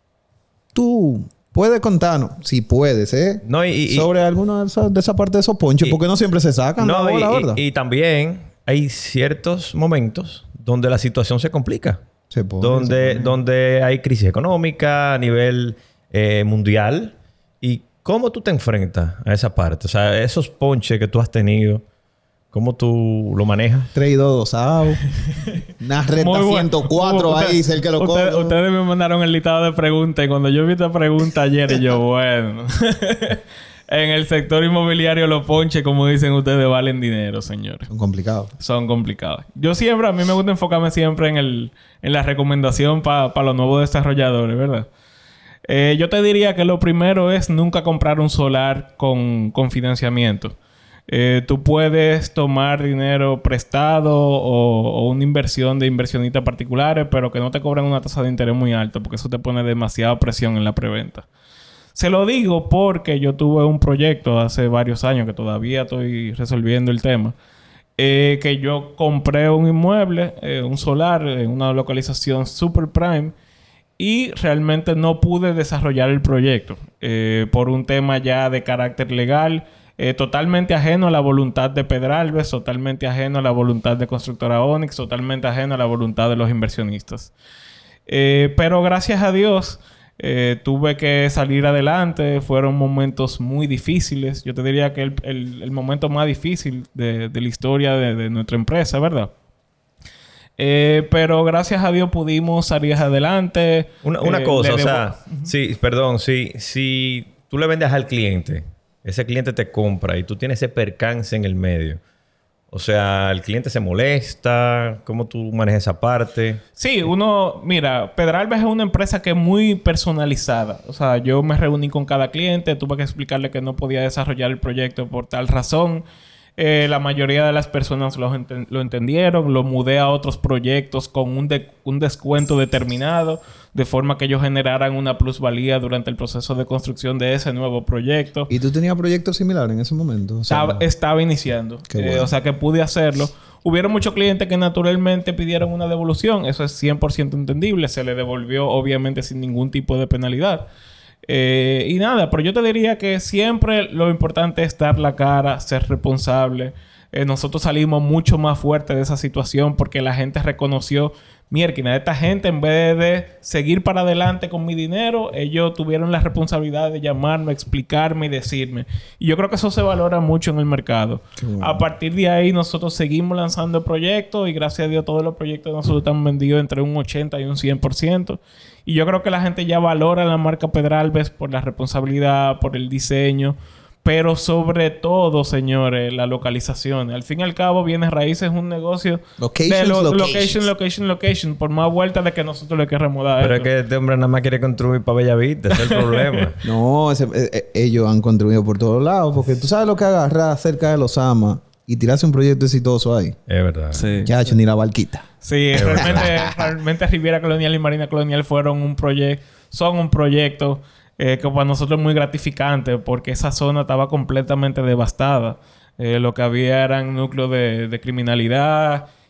Tú puedes contarnos, si puedes, ¿eh? No, y- y- sobre alguna de esas de esa parte de esos ponchos, y- porque no siempre se sacan. No, la y, bola, y- ¿verdad? y también hay ciertos momentos donde la situación se complica. Se pone, donde, se pone. donde hay crisis económica a nivel eh, mundial. ¿Y cómo tú te enfrentas a esa parte? O sea, esos ponches que tú has tenido, ¿cómo tú lo manejas? tres y dos dosados. Una recta Muy bueno. ciento cuatro Usted- ahí, es el que lo usted- coge. Ustedes me mandaron el listado de preguntas y cuando yo vi esta pregunta ayer, y yo, bueno. En el sector inmobiliario los ponches, como dicen ustedes, valen dinero, señores. Son complicados. Son complicados. Yo siempre, a mí me gusta enfocarme siempre en, el, en la recomendación para los nuevos desarrolladores, ¿verdad? Eh, yo te diría que lo primero es nunca comprar un solar con, con financiamiento. Eh, tú puedes tomar dinero prestado o, o una inversión de inversionistas particulares, pero que no te cobren una tasa de interés muy alta, porque eso te pone demasiada presión en la preventa. Se lo digo porque yo tuve un proyecto hace varios años que todavía estoy resolviendo el tema. Eh, que yo compré un inmueble, eh, un solar, en una localización super prime y realmente no pude desarrollar el proyecto eh, por un tema ya de carácter legal, eh, totalmente ajeno a la voluntad de Pedralbes, totalmente ajeno a la voluntad de Constructora Onyx, totalmente ajeno a la voluntad de los inversionistas. Eh, pero gracias a Dios... Eh, tuve que salir adelante. Fueron momentos muy difíciles. Yo te diría que el, el, el momento más difícil de, de la historia de, de nuestra empresa, ¿verdad? Eh, pero gracias a Dios pudimos salir adelante. Una, una Eh, cosa, le o debo- sea, sí, perdón, si, si tú le vendes al cliente, ese cliente te compra y tú tienes ese percance en el medio. O sea, el cliente se molesta. ¿Cómo tú manejas esa parte? Sí, uno... Mira, Pedralbes es una empresa que es muy personalizada. O sea, yo me reuní con cada cliente. Tuve que explicarle que no podía desarrollar el proyecto por tal razón. Eh, la mayoría de las personas lo, enten- lo entendieron. Lo mudé a otros proyectos con un, de- un descuento determinado. De forma que ellos generaran una plusvalía durante el proceso de construcción de ese nuevo proyecto. ¿Y tú tenías proyectos similares en ese momento? O sea, Estaba, estaba iniciando. Qué Eh, bueno. o sea que pude hacerlo. Hubieron muchos clientes que naturalmente pidieron una devolución. Eso es cien por ciento entendible. Se le devolvió obviamente sin ningún tipo de penalidad. Eh, y nada, pero yo te diría que siempre lo importante es dar la cara, ser responsable. Eh, nosotros salimos mucho más fuertes de esa situación porque la gente reconoció, mierda, esta gente en vez de seguir para adelante con mi dinero, ellos tuvieron la responsabilidad de llamarme, explicarme y decirme. Y yo creo que eso se valora mucho en el mercado. bueno. A partir de ahí nosotros seguimos lanzando proyectos y gracias a Dios todos los proyectos de nosotros están vendidos entre un ochenta y un cien por ciento. Y yo creo que la gente ya valora la marca Pedralbes por la responsabilidad, por el diseño, pero sobre todo, señores, la localización. Al fin y al cabo, Bienes Raíces es un negocio Locations, de lo- locations. location, location, location. Por más vueltas de que nosotros le queremos dar. Pero es esto. que este hombre nada más quiere construir para Bellavista. Ese es el problema. No, ese- eh, eh, ellos han contribuido por todos lados. Porque tú sabes lo que agarrar cerca de los Amas y tirarse un proyecto exitoso ahí. Es verdad. Sí. Chacho, ni la barquita. Sí, realmente, realmente Riviera Colonial y Marina Colonial fueron un proyecto, son un proyecto eh, que para nosotros es muy gratificante porque esa zona estaba completamente devastada. Eh, lo que había eran núcleos de, de criminalidad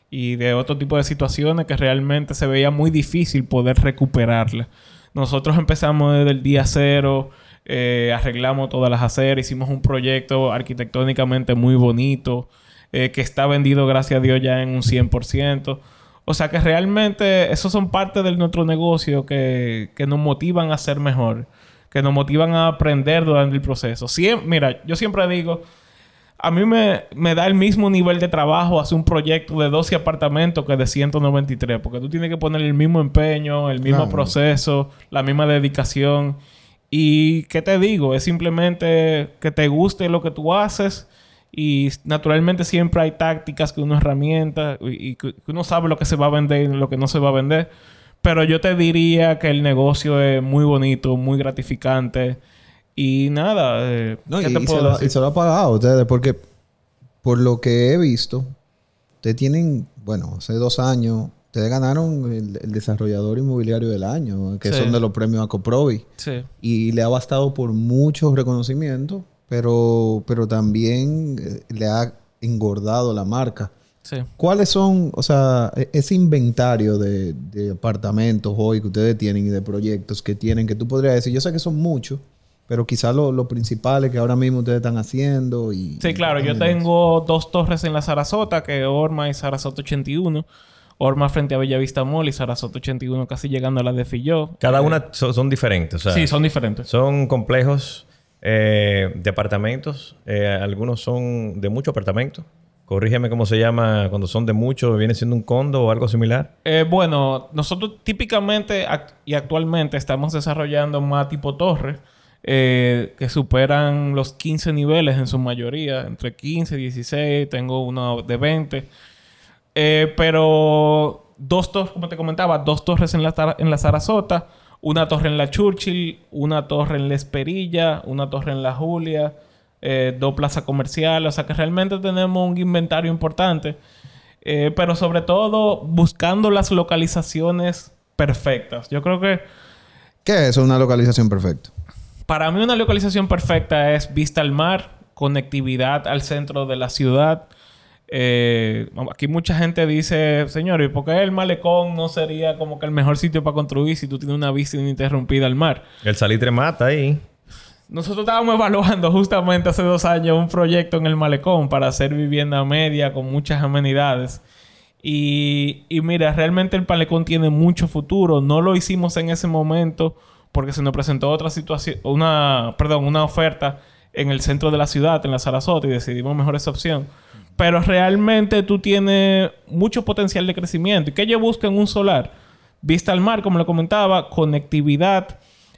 y de otro tipo de situaciones que realmente se veía muy difícil poder recuperarla. Nosotros empezamos desde el día cero, eh, arreglamos todas las aceras, hicimos un proyecto arquitectónicamente muy bonito, eh, que está vendido, gracias a Dios, ya en un cien por ciento. O sea que realmente esos son parte de nuestro negocio que, que nos motivan a ser mejor, que nos motivan a aprender durante el proceso. Siem- Mira, yo siempre digo, a mí me, me da el mismo nivel de trabajo hacer un proyecto de doce apartamentos que de ciento noventa y tres, porque tú tienes que poner el mismo empeño, el mismo Claro. proceso, la misma dedicación. Y, ¿qué te digo? Es simplemente que te guste lo que tú haces. Y naturalmente siempre hay tácticas, que uno herramientas y, y que uno sabe lo que se va a vender y lo que no se va a vender. Pero yo te diría que el negocio es muy bonito, muy gratificante. Y nada, eh, No, ¿qué y, te y puedo se lo, decir? y se lo ha pagado a ustedes porque por lo que he visto, ustedes tienen, bueno, hace dos años, ustedes ganaron el, el desarrollador inmobiliario del año, que Sí. son de los premios Acoprovi. Sí. Y le ha bastado por muchos reconocimientos, pero, pero también eh, le ha engordado la marca. Sí. ¿Cuáles son, o sea, e- ese inventario de, de apartamentos hoy que ustedes tienen y de proyectos que tienen, que tú podrías decir, yo sé que son muchos, pero quizás lo- los principales que ahora mismo ustedes están haciendo y... Sí, y claro. Yo también- tengo dos torres en la Sarasota, que es Orma y Sarasota ochenta y uno. Orma frente a Bellavista Mall y Sarasota ochenta y uno casi llegando a la de Filló. Cada Eh, una so- son diferentes. O sea, sí, son diferentes. son complejos eh, de apartamentos. Eh, algunos son de muchos apartamentos. Corrígeme cómo se llama cuando son de mucho. ¿Viene siendo un condo o algo similar? Eh, bueno, nosotros típicamente act- y actualmente estamos desarrollando más tipo torre, eh, que superan los quince niveles en su mayoría, entre quince y dieciséis, tengo uno de veinte. Eh, pero dos torres, como te comentaba, dos torres en la, Tar- en la Sarasota, una torre en la Churchill, una torre en la Esperilla, una torre en la Julia, eh, dos plazas comerciales. O sea que realmente tenemos un inventario importante. Eh, pero sobre todo buscando las localizaciones perfectas. Yo creo que ¿Qué es eso? Una localización perfecta. para mí una localización perfecta es vista al mar, conectividad al centro de la ciudad. Eh, aquí mucha gente dice, señor, ¿y por qué el malecón no sería como que el mejor sitio para construir si tú tienes una vista ininterrumpida al mar? El salitre mata ahí. Nosotros estábamos evaluando justamente hace dos años un proyecto en el malecón para hacer vivienda media con muchas amenidades. Y, y mira, realmente el malecón tiene mucho futuro. No lo hicimos en ese momento porque se nos presentó otra situación, una, perdón, una oferta en el centro de la ciudad, en la Sarasota, y decidimos mejor esa opción. Pero realmente tú tienes mucho potencial de crecimiento. ¿Y qué yo busco en un solar? Vista al mar, como le comentaba, conectividad,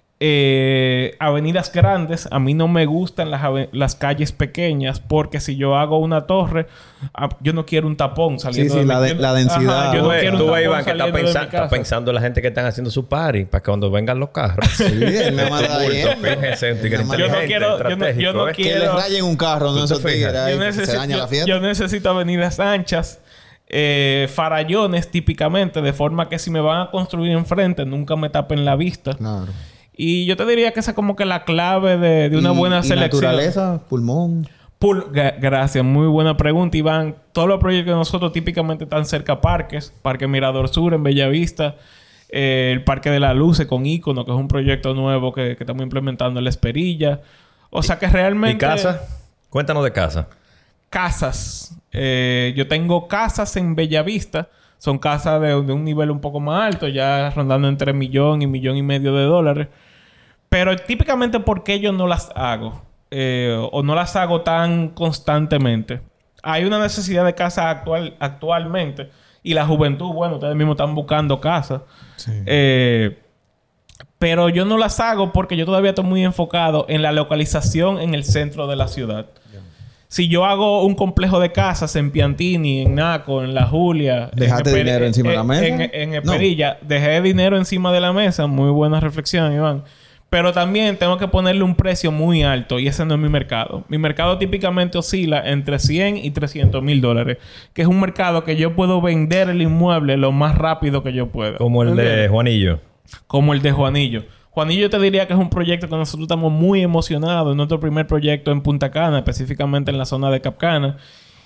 eh, avenidas grandes. A mí no me gustan las, ave- las calles pequeñas porque si yo hago una torre, ah, yo no quiero un tapón saliendo Sí, sí, de la mi- de- yo- la densidad. Ajá, yo Tú no ves, quiero un tú tapón ves, Iván, que está, saliendo de mi pensa- está casa. pensando la gente que están haciendo su party para que cuando vengan los carros. Sí, él me manda ahí. Fíjense, un tigre Yo no inteligente, quiero- yo no- yo no estratégico, ¿eh? Que le quiero- rayen un carro, no ¿Tú esos te fijas? tigres ahí, Yo que necesito, se daña la yo- fiesta. yo necesito avenidas anchas, eh, farallones típicamente, de forma que si me van a construir enfrente nunca me tapen la vista. Claro. Y yo te diría que esa es como que la clave de, de una Y- buena y selección. naturaleza, pulmón. Pul- Gra- Gracias, muy buena pregunta, Iván. Todos los proyectos de nosotros típicamente están cerca a parques. Parque Mirador Sur en Bellavista. Eh, el Parque de la Luce con Ícono, que es un proyecto nuevo que, que estamos implementando en La Esperilla. O sea que realmente... ¿Y casa? Cuéntanos de casa. Casas. Eh, yo tengo casas en Bellavista. Son casas de, de un nivel un poco más alto, ya rondando entre millón y millón y medio de dólares. Pero típicamente, ¿por qué yo no las hago? Eh, o no las hago tan constantemente. Hay una necesidad de casa actual, actualmente. Y la juventud, bueno, ustedes mismos están buscando casa. Eh, pero yo no las hago porque yo todavía estoy muy enfocado en la localización en el centro de la ciudad. Si yo hago un complejo de casas en Piantini, en Naco, en La Julia... ¿Dejaste en Esper- dinero encima de la en- mesa? En, en No. Esperilla. Dejé dinero encima de la mesa. Muy buena reflexión, Iván. Pero también tengo que ponerle un precio muy alto. Y ese no es mi mercado. Mi mercado típicamente oscila entre cien y trescientos mil dólares. Que es un mercado que yo puedo vender el inmueble lo más rápido que yo pueda. Como el de ¿Entiendes? Juanillo. Como el de Juanillo. Juanillo te diría que es un proyecto que nosotros estamos muy emocionados. Es nuestro primer proyecto en Punta Cana, específicamente en la zona de Capcana.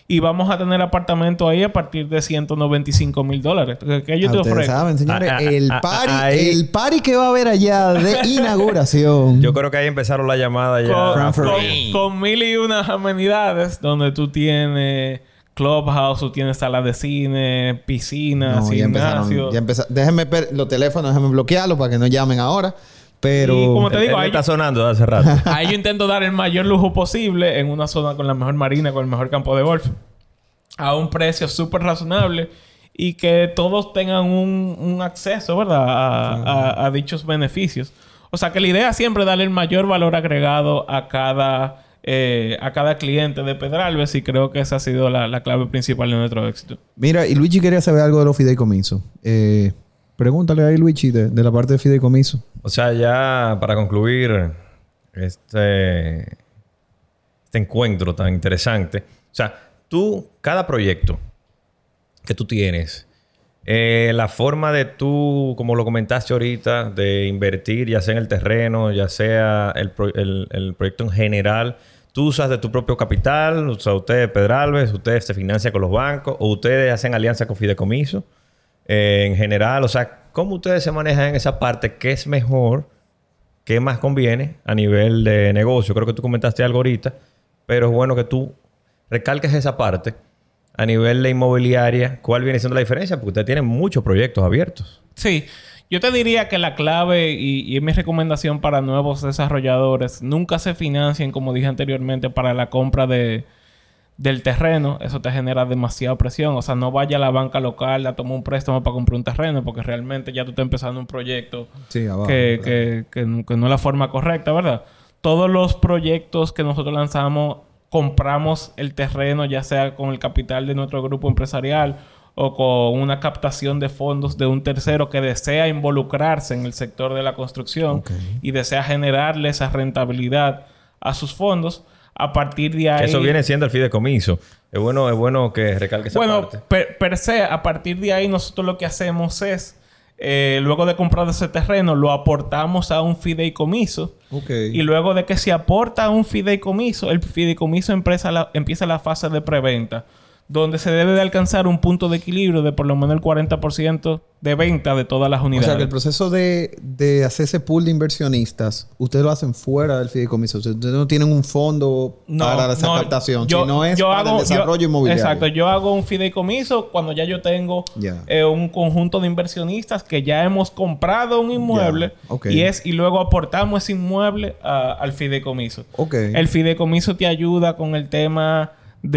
y vamos a tener apartamento ahí a partir de ciento noventa y cinco mil dólares. ¿Qué yo Ah, te ustedes ofrezco? saben, señores, Ah, ah, el ah, party, ah, ahí- el party que va a haber allá de inauguración. Yo creo que ahí empezaron las llamadas ya. Con, Frankfurt. con- con mil y unas amenidades donde tú tienes clubhouse, tú tienes salas de cine, piscinas, No, ya empezaron. gimnasio. Ya empezaron. Déjenme per- los teléfonos, déjenme bloquearlos para que no llamen ahora. Pero Y como te Él- digo, él ahí, está sonando hace rato. ahí yo intento dar el mayor lujo posible en una zona con la mejor marina, con el mejor campo de golf, a un precio súper razonable y que todos tengan un, un acceso, ¿verdad? A, a- a dichos beneficios. O sea, que la idea siempre es darle el mayor valor agregado a cada, eh, a cada cliente de Pedralbes y creo que esa ha sido la, la clave principal de nuestro éxito. mira, y Luigi quería saber algo de los fideicomisos. Eh, pregúntale ahí, Luigi, de, de la parte de fideicomiso. O sea, ya para concluir este, este encuentro tan interesante. O sea, tú, cada proyecto que tú tienes, eh, la forma de tú, como lo comentaste ahorita, de invertir, ya sea en el terreno, ya sea el, pro- el- el proyecto en general, tú usas de tu propio capital, o sea, ustedes Pedralbes, ustedes se financian con los bancos, o ustedes hacen alianza con fideicomiso. Eh, en general, o sea, ¿cómo ustedes se manejan en esa parte? ¿Qué es mejor? ¿Qué más conviene a nivel de negocio? Creo que tú comentaste algo ahorita, pero es bueno que tú recalques esa parte a nivel de inmobiliaria. ¿Cuál viene siendo la diferencia? Porque ustedes tienen muchos proyectos abiertos. Sí, yo te diría que la clave y, y es mi recomendación para nuevos desarrolladores, nunca se financien, como dije anteriormente, para la compra de, del terreno. Eso te genera demasiada presión. O sea, no vaya a la banca local a tomar un préstamo para comprar un terreno porque realmente ya tú estás empezando un proyecto Sí, abajo. que, que, que, que no es la forma correcta, ¿verdad? Todos los proyectos que nosotros lanzamos, compramos el terreno, ya sea con el capital de nuestro grupo empresarial o con una captación de fondos de un tercero que desea involucrarse en el sector de la construcción Ok. y desea generarle esa rentabilidad a sus fondos. A partir de ahí... Eso viene siendo el fideicomiso. Es bueno, es bueno que recalque esa Bueno, parte. per, per se, a partir de ahí nosotros lo que hacemos es, eh, luego de comprar ese terreno, lo aportamos a un fideicomiso. Ok. Y luego de que se aporta a un fideicomiso, el fideicomiso empieza la, empieza la fase de preventa, donde se debe de alcanzar un punto de equilibrio de por lo menos el cuarenta por ciento de venta de todas las O unidades. sea, que el proceso de, de hacer ese pool de inversionistas, ustedes lo hacen fuera del fideicomiso. O sea, ustedes no tienen un fondo para esa no, captación, yo- sino es yo para hago- el desarrollo yo- inmobiliario. Exacto. Yo hago un fideicomiso cuando ya yo tengo Ya. eh, un conjunto de inversionistas que ya hemos comprado un inmueble Ya. Ok. y es y luego aportamos ese inmueble a- al fideicomiso. Ok. El fideicomiso te ayuda con el tema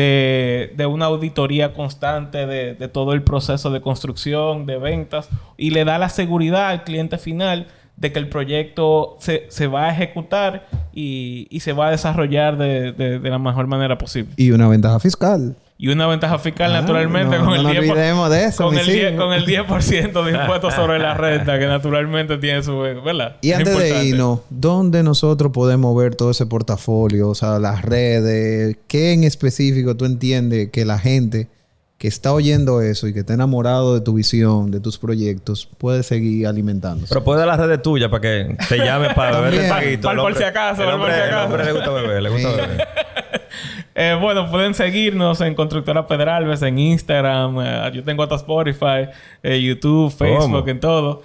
de, de una auditoría constante de, de todo el proceso de construcción, de ventas, y le da la seguridad al cliente final de que el proyecto se, se va a ejecutar y, y se va a desarrollar de, de- de la mejor manera posible. Y una ventaja fiscal. Y una ventaja fiscal, Ah, naturalmente, no- con, no el nos diez por- olvidemos de eso, con, mis el diez, hijos. con el diez por ciento de impuestos sobre la renta, que naturalmente tiene su... ¿Verdad? Y Es antes de importante. irnos, ¿dónde nosotros podemos ver todo ese portafolio? O sea, las redes. ¿Qué en específico tú entiendes que la gente que está oyendo eso y que está enamorado de tu visión, de tus proyectos, puede seguir alimentándose? Pero puede dar las redes tuyas para que te llame para beber el También. paguito. Para El por hombre- si acaso, el para por hombre, si el acaso. hombre le gusta beber, le gusta Sí. beber. Eh, bueno, pueden seguirnos en Constructora Pedralbes, en Instagram. eh, yo tengo hasta Spotify, eh, YouTube, Facebook, ¿Cómo? en todo.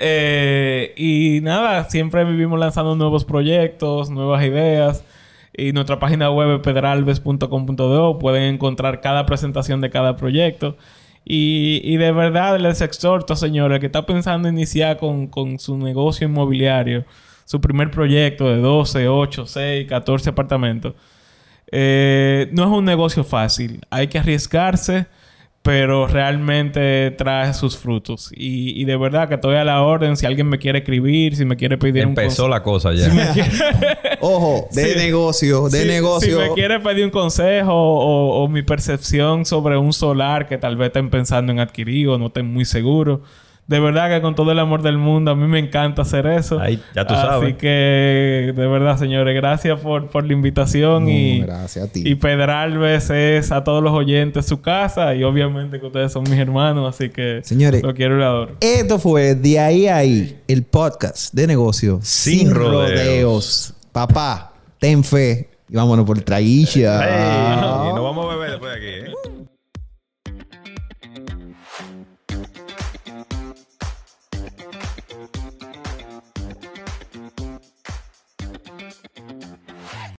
Eh, y nada, siempre vivimos lanzando nuevos proyectos, nuevas ideas. Y nuestra página web es pedralbes punto com punto do. Pueden encontrar cada presentación de cada proyecto. Y, y de verdad les exhorto, señores, que está pensando iniciar con, con su negocio inmobiliario, su primer proyecto de doce, ocho, seis, catorce apartamentos. Eh, no es un negocio fácil. Hay que arriesgarse, pero realmente trae sus frutos. Y, y de verdad que estoy a la orden. Si alguien me quiere escribir, si me quiere pedir Empezó un la cosa ya. Ojo, de Sí. negocio, de si, negocio. Si me quiere pedir un consejo o, o mi percepción sobre un solar que tal vez estén pensando en adquirir o no estén muy seguros. De verdad que con todo el amor del mundo, a mí me encanta hacer eso. Ahí, ya tú Así sabes. que, de verdad, señores, gracias por, por la invitación. No, y, gracias a ti. y Pedralbes es a todos los oyentes su casa. Y obviamente que ustedes son mis hermanos. Así que Señores, lo quiero y lo adoro. esto fue De Ahí a Ahí, el podcast de negocio Sin rodeos. Papá, ten fe y vámonos por traguilla. Ey, y nos vamos a beber después de aquí, ¿eh?